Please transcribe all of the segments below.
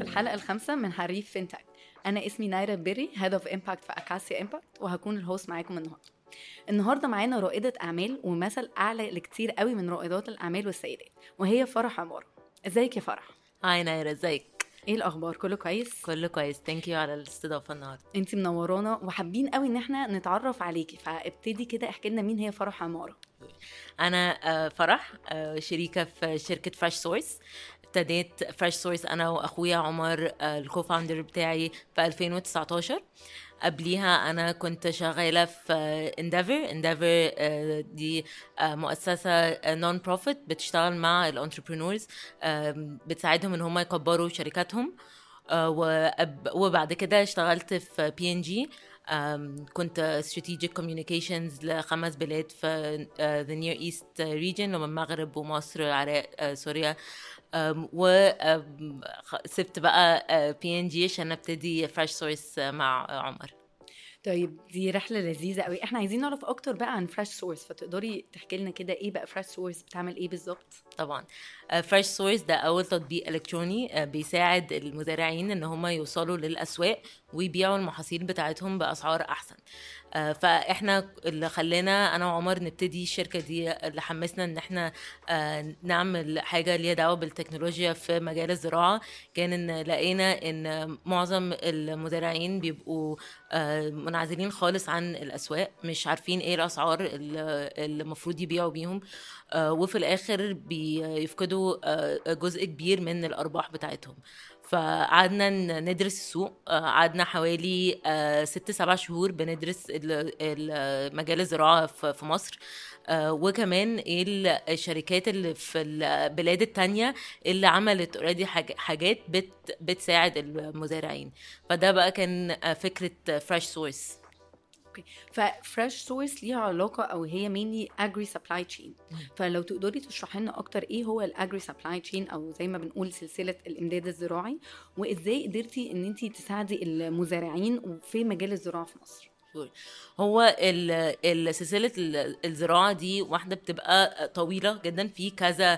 الحلقة الخامسة من حريف فينتك. أنا اسمي نايرة بيري، Head of Impact في أكاسيا إمباكت، وهكون الهوست معاكم النهاردة معانا رائدة أعمال ومثل أعلى لكتير قوي من رائدات الأعمال والسيدات، وهي فرح عمارة. ازيك يا فرح؟ هاي نايرة، ازيك؟ ايه الأخبار؟ كله كويس؟ كله كويس، ثانك يو على الاستضافة النهاردة. انتي منورانا وحابين قوي ان احنا نتعرف عليكي، فابتدي كده احكي لنا مين هي فرح عمارة. أنا فرح، شريكة في شركة فريش سورس. ابتديت فريش سورس أنا وأخويا عمر، الكوفاوندر بتاعي، في 2019. قبليها أنا كنت شغالة في انديفر دي مؤسسة نون بروفيت بتشتغل مع الانتربرينورز، بتساعدهم إن هم يكبروا شركاتهم. وبعد كده اشتغلت في PNG. كنت strategic communications ل5 بلاد في the Near East region، من المغرب ومصر العراق سوريا. وسبت بقى PNG عشان ابتدي فريش سورس مع عمر. طيب دي رحلة لذيذة قوي. احنا عايزين نعرف اكتر بقى عن فريش سورس، فتقدري تحكي لنا كده ايه بقى فريش سورس، بتعمل ايه بالظبط؟ طبعا فريش سورس ده اول تطبيق الكتروني بيساعد المزارعين ان هم يوصلوا للاسواق ويبيعوا المحاصيل بتاعتهم باسعار احسن. فاحنا اللي خلينا انا وعمر نبتدي الشركه دي، اللي حمسنا ان احنا نعمل حاجه ليها دعوه بالتكنولوجيا في مجال الزراعه، كان ان لقينا ان معظم المزارعين بيبقوا منعزلين خالص عن الاسواق، مش عارفين ايه الاسعار اللي المفروض يبيعوا بيهم، وفي الاخر بيفقدوا جزء كبير من الارباح بتاعتهم. فقعدنا ندرس السوق، قعدنا حوالي 6-7 شهور بندرس مجال الزراعة في مصر، وكمان ايه الشركات اللي في البلاد التانية اللي عملت اوريدي حاجات بتساعد المزارعين. فده بقى كان فكرة فريش سورس. ففريش سورس ليها علاقة او هي مينلي اجري سبلاي تشين، فلو تقدري تشرحي لنا اكتر ايه هو الاجري سبلاي تشين، او زي ما بنقول سلسلة الامداد الزراعي، وازاي قدرتي ان انتي تساعدي المزارعين في مجال الزراعة في مصر؟ هو سلسلة الزراعة دي واحدة بتبقى طويلة جدا، في كذا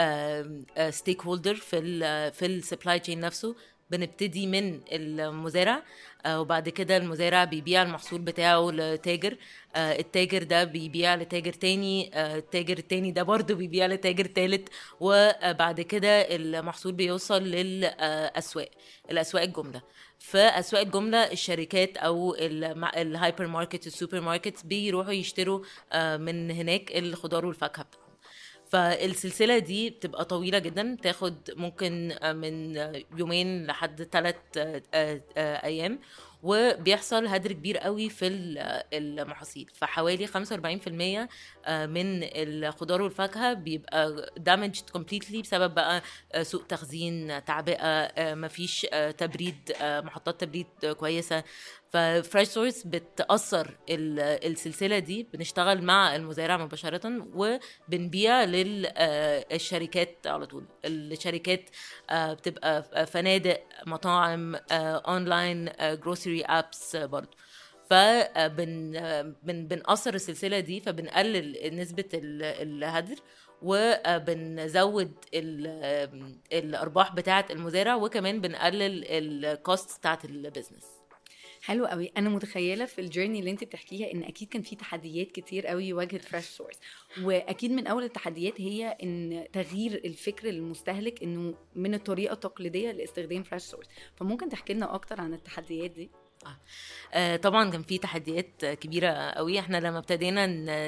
ستيك هولدر في السبلاي تشين نفسه. بنبتدي من المزارع، وبعد كده المزارع بيبيع المحصول بتاعه لتاجر، التاجر ده بيبيع لتاجر تاني، التاجر التاني ده برضه بيبيع لتاجر تالت، وبعد كده المحصول بيوصل للأسواق الجملة. في أسواق الجملة الشركات أو الهايبر ماركت، السوبر ماركت، بيروحوا يشتروا من هناك الخضار والفاكهة بتاعهم. فالسلسلة دي بتبقى طويلة جدا، تاخد ممكن من 2 لحد 3 أيام، وبيحصل هدر كبير قوي في المحاصيل. فحوالي 45% من الخضار والفاكهة بيبقى damaged completely بسبب بقى سوء تخزين، تعبئة، مفيش تبريد، محطات تبريد كويسة. ففريش سورس بتأثر السلسلة دي، بنشتغل مع المزارع مباشرة وبنبيع للشركات على طول. الشركات بتبقى فنادق، مطاعم، اونلاين، جروسري ابس برضو. بنقصر السلسلة دي، فبنقلل نسبة الهدر، وبنزود الأرباح بتاعة المزارع، وكمان بنقلل الكوست بتاعة البيزنس. حلو قوي. انا متخيله في الجيرني اللي انت بتحكيها ان اكيد كان في تحديات كتير قوي واجهت فريش سورس، واكيد من اول التحديات هي ان تغيير الفكر للمستهلك انه من الطريقه التقليديه لاستخدام فريش سورس. فممكن تحكي لنا اكتر عن التحديات دي؟ طبعا كان في تحديات كبيرة قوي. احنا لما ابتدينا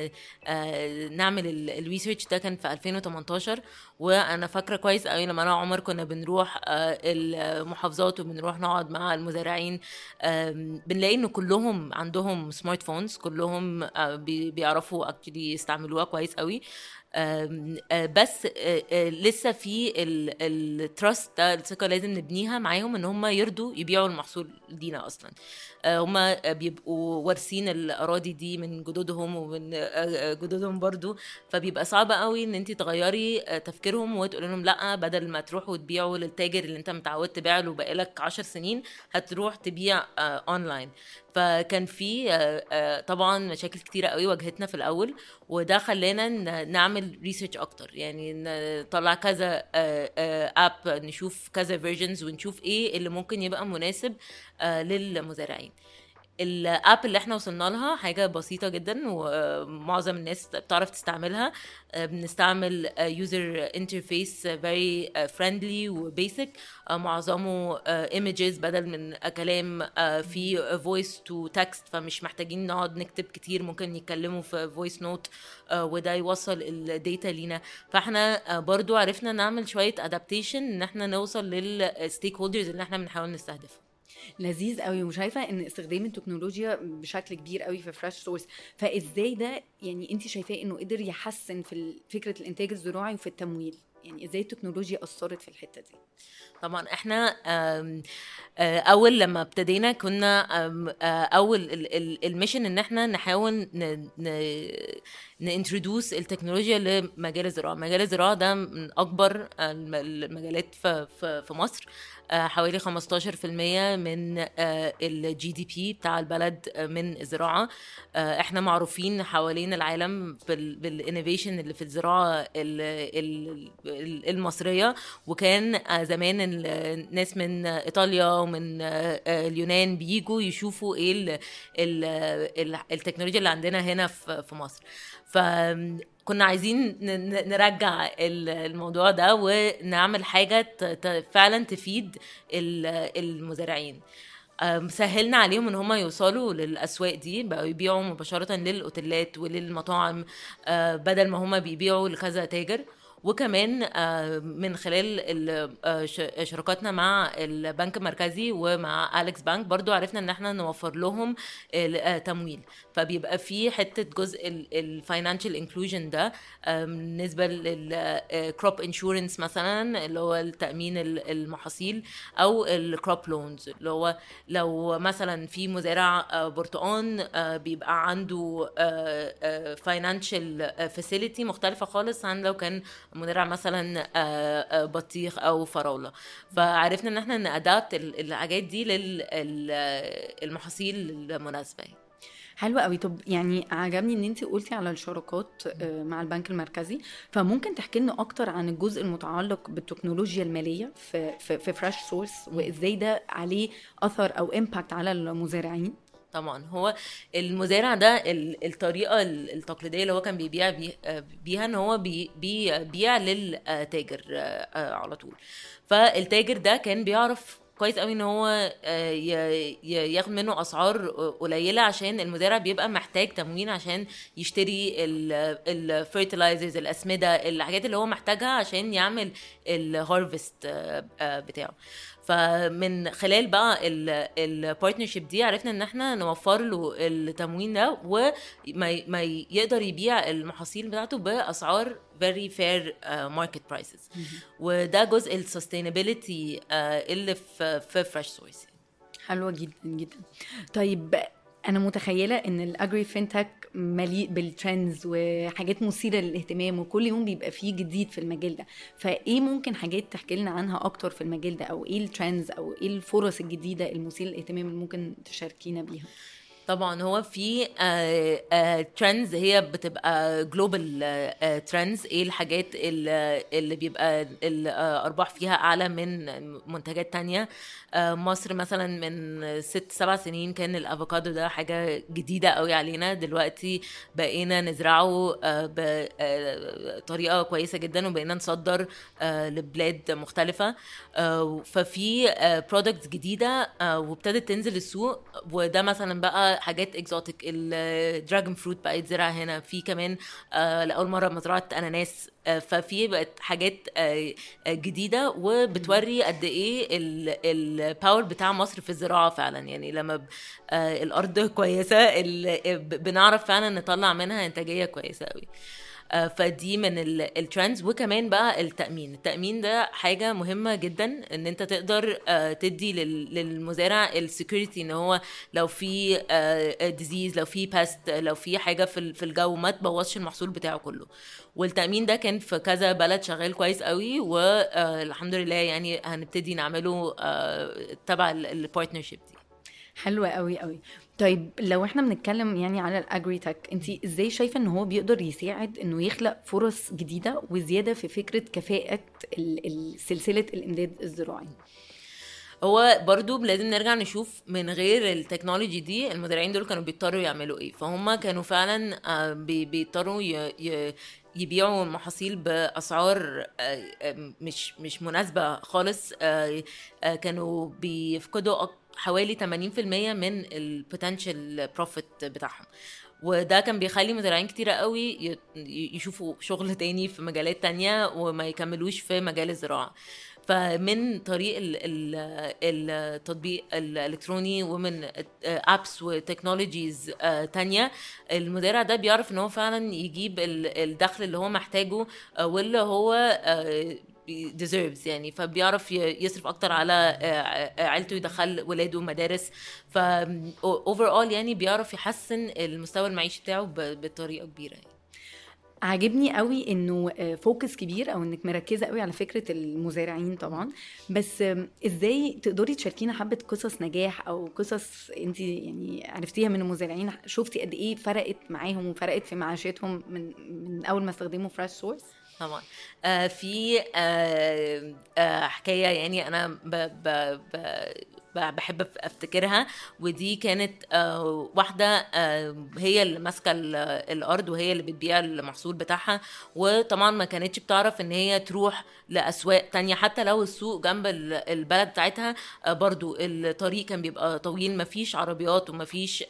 نعمل الريسيرش ده كان في 2018، وانا فاكرة كويس قوي لما انا وعمر كنا بنروح المحافظات وبنروح نقعد مع المزارعين، بنلاقي ان كلهم عندهم سمارت فونز، كلهم بيعرفوا اكتلي يستعملوها كويس قوي، بس لسه في التراست ده، الثقة لازم نبنيها معاهم ان هم يرضوا يبيعوا المحصول دينا اصلا. هم بيبقوا وارثين الاراضي دي من جدودهم ومن جدودهم برضو، فبيبقى صعب قوي ان انت تغيري تفكيرهم وتقول لهم لا، بدل ما تروحوا تبيعوا للتاجر اللي انت متعود تبيع له بقالك 10 سنين هتروح تبيع اونلاين. فكان في طبعا مشاكل كتيرة قوي واجهتنا في الاول، وده خلانا نعمل نعمل ريسيرش اكتر، يعني نطلع كذا اب، نشوف كذا فيرجنز ونشوف ايه اللي ممكن يبقى مناسب للمزارعين. الاب اللي احنا وصلنا لها حاجه بسيطه جدا ومعظم الناس بتعرف تستعملها. بنستعمل يوزر انترفيس very friendly وبيسك، معظمه images بدل من كلام، في voice to text، فمش محتاجين نقعد نكتب كتير، ممكن يتكلموا في voice note وده يوصل الداتا لينا. فاحنا برضو عرفنا نعمل شويه adaptation ان احنا نوصل للستيك هولدرز اللي احنا بنحاول نستهدفهم. لذيذ قوي. وشايفه ان استخدام التكنولوجيا بشكل كبير قوي في فريش سورس، فازاي ده يعني انت شايفاه انه قدر يحسن في فكره الانتاج الزراعي وفي التمويل؟ يعني ازاي التكنولوجيا اثرت في الحته دي؟ طبعا احنا اول لما ابتدينا كنا اول الميشن ان احنا نحاول نانترودوس التكنولوجيا لمجال الزراعه. مجال الزراعه ده من اكبر المجالات في مصر، حوالي 15% من الجي دي بي بتاع البلد من الزراعه. احنا معروفين حوالين العالم بالانوفيشن اللي في الزراعه المصريه، وكان زمان الناس من ايطاليا ومن اليونان بيجوا يشوفوا ايه التكنولوجيا اللي عندنا هنا في مصر. فكنا عايزين نرجع الموضوع ده ونعمل حاجة فعلا تفيد المزارعين. سهلنا عليهم ان هم يوصلوا للاسواق دي، بقوا يبيعوا مباشرة للاوتيلات وللمطاعم بدل ما هم بيبيعوا لكذا تاجر. وكمان من خلال شراكاتنا مع البنك المركزي ومع أليكس بانك برضو عرفنا ان احنا نوفر لهم تمويل، فبيبقى في حتة جزء الفاينانشال انكلوجن ده بالنسبة للكروب انشورنس مثلا اللي هو التأمين المحاصيل، او الكروب لونز اللي هو لو مثلا في مزارع برتقان بيبقى عنده فاينانشال فاسيليتي مختلفة خالص عن لو كان مزارع مثلا بطيخ او فراوله. فعرفنا ان احنا نادابت الحاجات دي للمحاصيل المناسبه. حلوة قوي. طب يعني عجبني ان انتي قلتي على الشراكات مع البنك المركزي، فممكن تحكي لنا اكتر عن الجزء المتعلق بالتكنولوجيا المالية في فريش سورس، وازاي ده عليه اثر او امباكت على المزارعين؟ طبعا هو المزارع ده الطريقه التقليديه اللي هو كان بيبيع بيها ان هو بيبيع للتاجر على طول. فالتاجر ده كان بيعرف كويس قوي ان هو ياخد منه اسعار قليله، عشان المزارع بيبقى محتاج تموين عشان يشتري الفيرتلايزرز، الاسمده، الحاجات اللي هو محتاجها عشان يعمل الهارفست بتاعه. فمن خلال بقى البارتنرشيب دي عرفنا ان احنا نوفر له التموين ده وما يقدر يبيع المحاصيل بتاعته باسعار very fair market prices. وده جزء السستينابيليتي اللي في فريش سورس. حلوة جدا جدا. طيب انا متخيله ان الاجري فينتك مليء بالترندز وحاجات مثيره للاهتمام، وكل يوم بيبقى فيه جديد في المجال ده، فايه ممكن حاجات تحكي لنا عنها اكتر في المجال ده، او ايه الترندز او ايه الفرص الجديده المثيره للاهتمام اللي ممكن تشاركينا بيها؟ طبعا هو في ترندز هي بتبقى جلوبال ترندز، ايه الحاجات اللي بيبقى الارباح فيها اعلى من منتجات تانية. مصر مثلا من 6-7 سنين كان الافوكادو ده حاجه جديده قوي علينا، دلوقتي بقينا نزرعه بطريقه كويسه جدا وبقينا نصدر لبلاد مختلفه. ففي برودكتس جديده وابتدت تنزل السوق، وده مثلا بقى حاجات اكزوتيك. الدراجون فروت بقى يتزرع هنا، في كمان لاول مره مزرعه اناناس. ففي بقت حاجات جديده وبتوري قد ايه الباور بتاع مصر في الزراعه فعلا. يعني لما الارض كويسه بنعرف فعلا نطلع منها انتاجيه كويسه قوي. فدي من الترندز. وكمان بقى التأمين ده حاجة مهمة جدا، ان انت تقدر تدي للمزارع السيكوريتي ان هو لو في ديزيز، لو في باست، لو في حاجة في الجو ما تبوظش المحصول بتاعه كله. والتأمين ده كان في كذا بلد شغال كويس قوي، والحمد لله يعني هنبتدي نعمله تبع البارتنرشيب دي. حلوة قوي قوي. طيب لو احنا بنتكلم يعني على الاجري تك، انت ازاي شايفة ان هو بيقدر يساعد انه يخلق فرص جديدة وزيادة في فكرة كفاءة سلسلة الامداد الزراعي؟ هو برضو لازم نرجع نشوف من غير التكنولوجي دي المزارعين دول كانوا بيضطروا يعملوا ايه. فهم كانوا فعلا بيضطروا يبيعوا المحاصيل باسعار مش مناسبه خالص. كانوا بيفقدوا حوالي 80% من البوتنشال بروفيت بتاعهم، وده كان بيخلي مزارعين كتيرة قوي يشوفوا شغل تاني في مجالات تانية وما يكملوش في مجال الزراعة. فمن طريق التطبيق الالكتروني ومن ابس وتكنولوجيز تانية، المزارع ده بيعرف ان هو فعلا يجيب الدخل اللي هو محتاجه واللي هو deserves يعني. فبيعرف يصرف اكتر على عيلته، يدخل ولاده مدارس. ف overall يعني بيعرف يحسن المستوى المعيشي بتاعه بطريقه كبيره يعني. عاجبني قوي انه فوكس كبير او انك مركزه قوي على فكره المزارعين طبعا، بس ازاي تقدري تشاركينا حبه قصص نجاح او قصص انت يعني عرفتيها من المزارعين، شفتي قد ايه فرقت معاهم وفرقت في معاشاتهم من اول ما استخدموا فريش سورس؟ طبعا في حكايه يعني انا بحب افتكرها. ودي كانت واحده هي اللي ماسكه الارض وهي اللي بتبيع المحصول بتاعها، وطبعا ما كانتش بتعرف ان هي تروح لاسواق تانية حتى لو السوق جنب البلد بتاعتها. برضو الطريق كان بيبقى طويل، مفيش عربيات ومفيش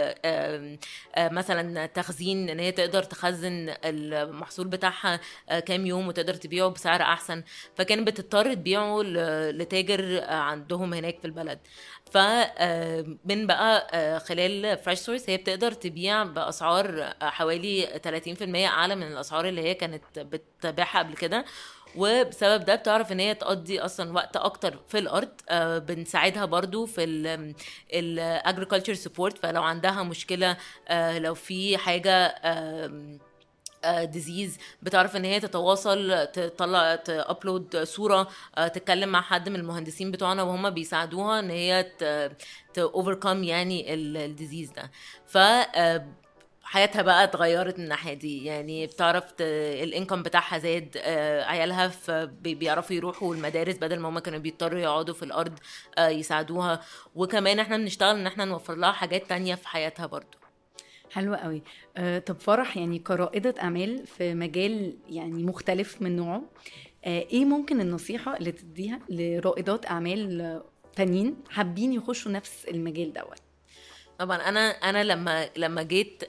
مثلا تخزين ان هي تقدر تخزن المحصول بتاعها كام يوم وتقدر تبيعه بسعر احسن. فكانت بتضطر تبيعه لتاجر عندهم هناك في البلد. فمن بقى خلال فريش سورس هي بتقدر تبيع باسعار حوالي 30% اعلى من الاسعار اللي هي كانت بتبيعها قبل كده. وبسبب ده بتعرف ان هي تقضي اصلا وقت اكتر في الارض. بنساعدها برضو في الاجريكلتشر سبورت. فلو عندها مشكله، لو في حاجه ديزيز، بتعرف ان هي تتواصل، تطلع تابلود صوره، تتكلم مع حد من المهندسين بتوعنا وهم بيساعدوها ان هي اوفركم يعني الديزيز ده. ف حياتها بقى اتغيرت من الناحيه دي يعني. بتعرف الانكم بتاعها زاد، عيالها بيعرفوا يروحوا المدارس بدل ما هم كانوا بيضطروا يقعدوا في الارض يساعدوها. وكمان احنا بنشتغل ان احنا نوفر لها حاجات تانية في حياتها برضو. حلوة قوي. طب فرح، يعني كرائدة أعمال في مجال يعني مختلف من نوعه، إيه ممكن النصيحة اللي تديها لرائدات أعمال تانيين حابين يخشوا نفس المجال دوت؟ طبعا انا لما جيت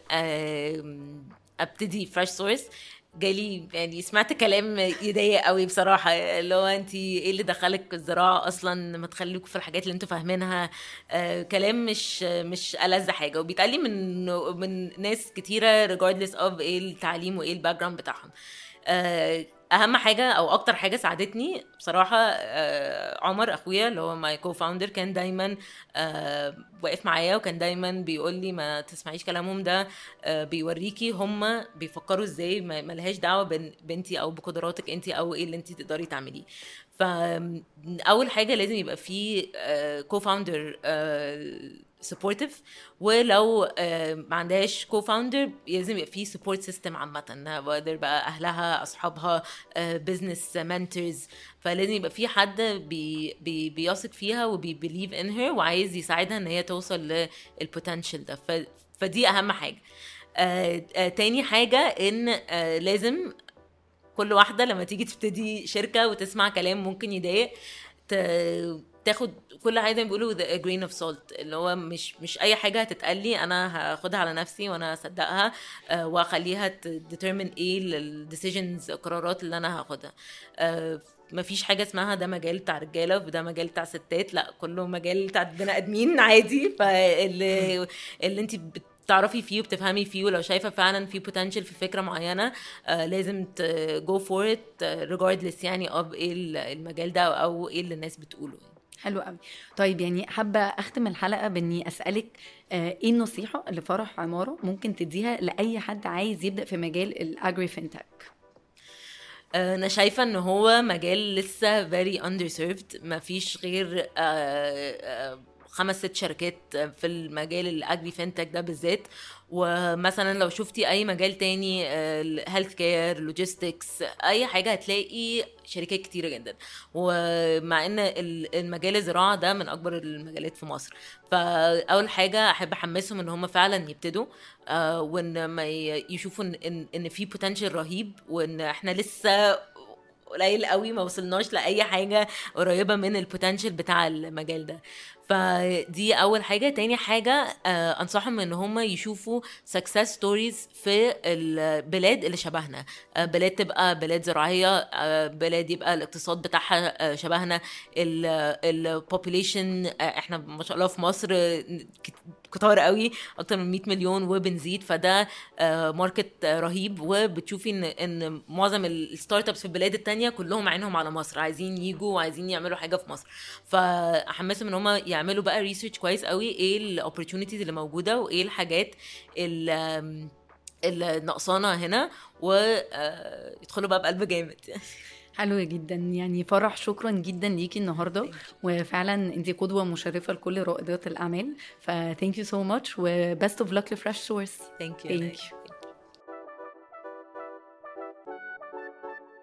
ابتدي فريش سورس، جالي يعني سمعت كلام يضايق قوي بصراحه، اللي هو انت ايه اللي دخلك الزراعه اصلا، ما تخليكم في الحاجات اللي انتوا فاهمينها. كلام مش ألذ حاجه، وبيتقال لي من ناس كتيره regardless of ايه التعليم وايه الباك جراوند بتاعهم. اهم حاجه او اكتر حاجه ساعدتني بصراحه عمر اخويا اللي هو ماي كو فاوندر، كان دايما واقف معايا وكان دايما بيقول لي ما تسمعيش كلامهم ده، بيوريكي هم بيفكروا ازاي، ما لهاش دعوه بنتي او بقدراتك انت او ايه اللي انت تقدري تعمليه. فاول حاجه لازم يبقى في كو فاوندر سبورتيف، ولو ما عندهاش كو فاوندر لازم يبقى في سبورت سيستم عامه، وقدر بقى اهلها اصحابها بزنس منتورز. فلازم يبقى في حد بيثق فيها وبيبليف ان هير وعايز يساعدها ان هي توصل للبوتنشال ده. فدي اهم حاجه. تاني حاجه ان لازم كل واحده لما تيجي تبتدي شركه وتسمع كلام ممكن يضايق، تاخد كل حاجه زي ما بيقولوا the grain of salt، اللي هو مش اي حاجه هتتقال لي انا هاخدها على نفسي وانا اصدقها واخليها determine ايه الديسيجنز، القرارات اللي انا هاخدها. مفيش حاجه اسمها ده مجال بتاع رجاله وده مجال بتاع ستات، لا كله مجال بتاع بني ادمين عادي. فاللي انت تعرفي فيه وبتفهمي فيه، ولو شايفه فعلا في potential في فكره معينه لازم go for it regardless يعني of ايه المجال ده او ايه اللي الناس بتقوله. حلو قوي. طيب يعني حابه اختم الحلقه باني اسالك ايه النصيحه اللي فرح عماره ممكن تديها لاي حد عايز يبدا في مجال الاجري فينتك؟ انا شايفه ان هو مجال لسه very underserved، ما فيش غير 5-6 شركات في المجال الاجري فينتك ده بالذات. ومثلا لو شفتي اي مجال تاني، الهيلث كير، لوجيستكس، اي حاجه هتلاقي شركات كتيره جدا. ومع ان المجال الزراعه ده من اكبر المجالات في مصر، فاول حاجه احب احمسهم ان هم فعلا يبتدوا، وان ما يشوفوا ان في بوتنشال رهيب، وان احنا لسه قليل قوي ما وصلناش لاي حاجه قريبه من البوتنشال بتاع المجال ده. فدي اول حاجه. تاني حاجه انصحهم ان هم يشوفوا success stories في البلاد اللي شبهنا، بلاد تبقى بلاد زراعيه، بلاد يبقى الاقتصاد بتاعها شبهنا، البوبوليشن احنا ما شاء الله في مصر كتار قوي، اكتر من 100 مليون وبنزيد، فده ماركت رهيب. وبتشوفي ان معظم الستارت ابس في البلاد التانية كلهم عينهم على مصر، عايزين يجوا وعايزين يعملوا حاجه في مصر. فاحمسهم ان هم يعملوا بقى ريسيرش كويس قوي، ايه الاوبورتيونيتيز اللي موجوده وايه الحاجات اللي ناقصانا هنا، ويدخلوا بقى بقلب جامد. حلو جدا. يعني فرح، شكرا جدا ليكي النهارده، وفعلا انت قدوه مشرفه لكل رائدات الاعمال. ف thank you so much و best of luck لفريش سورس. Thank you.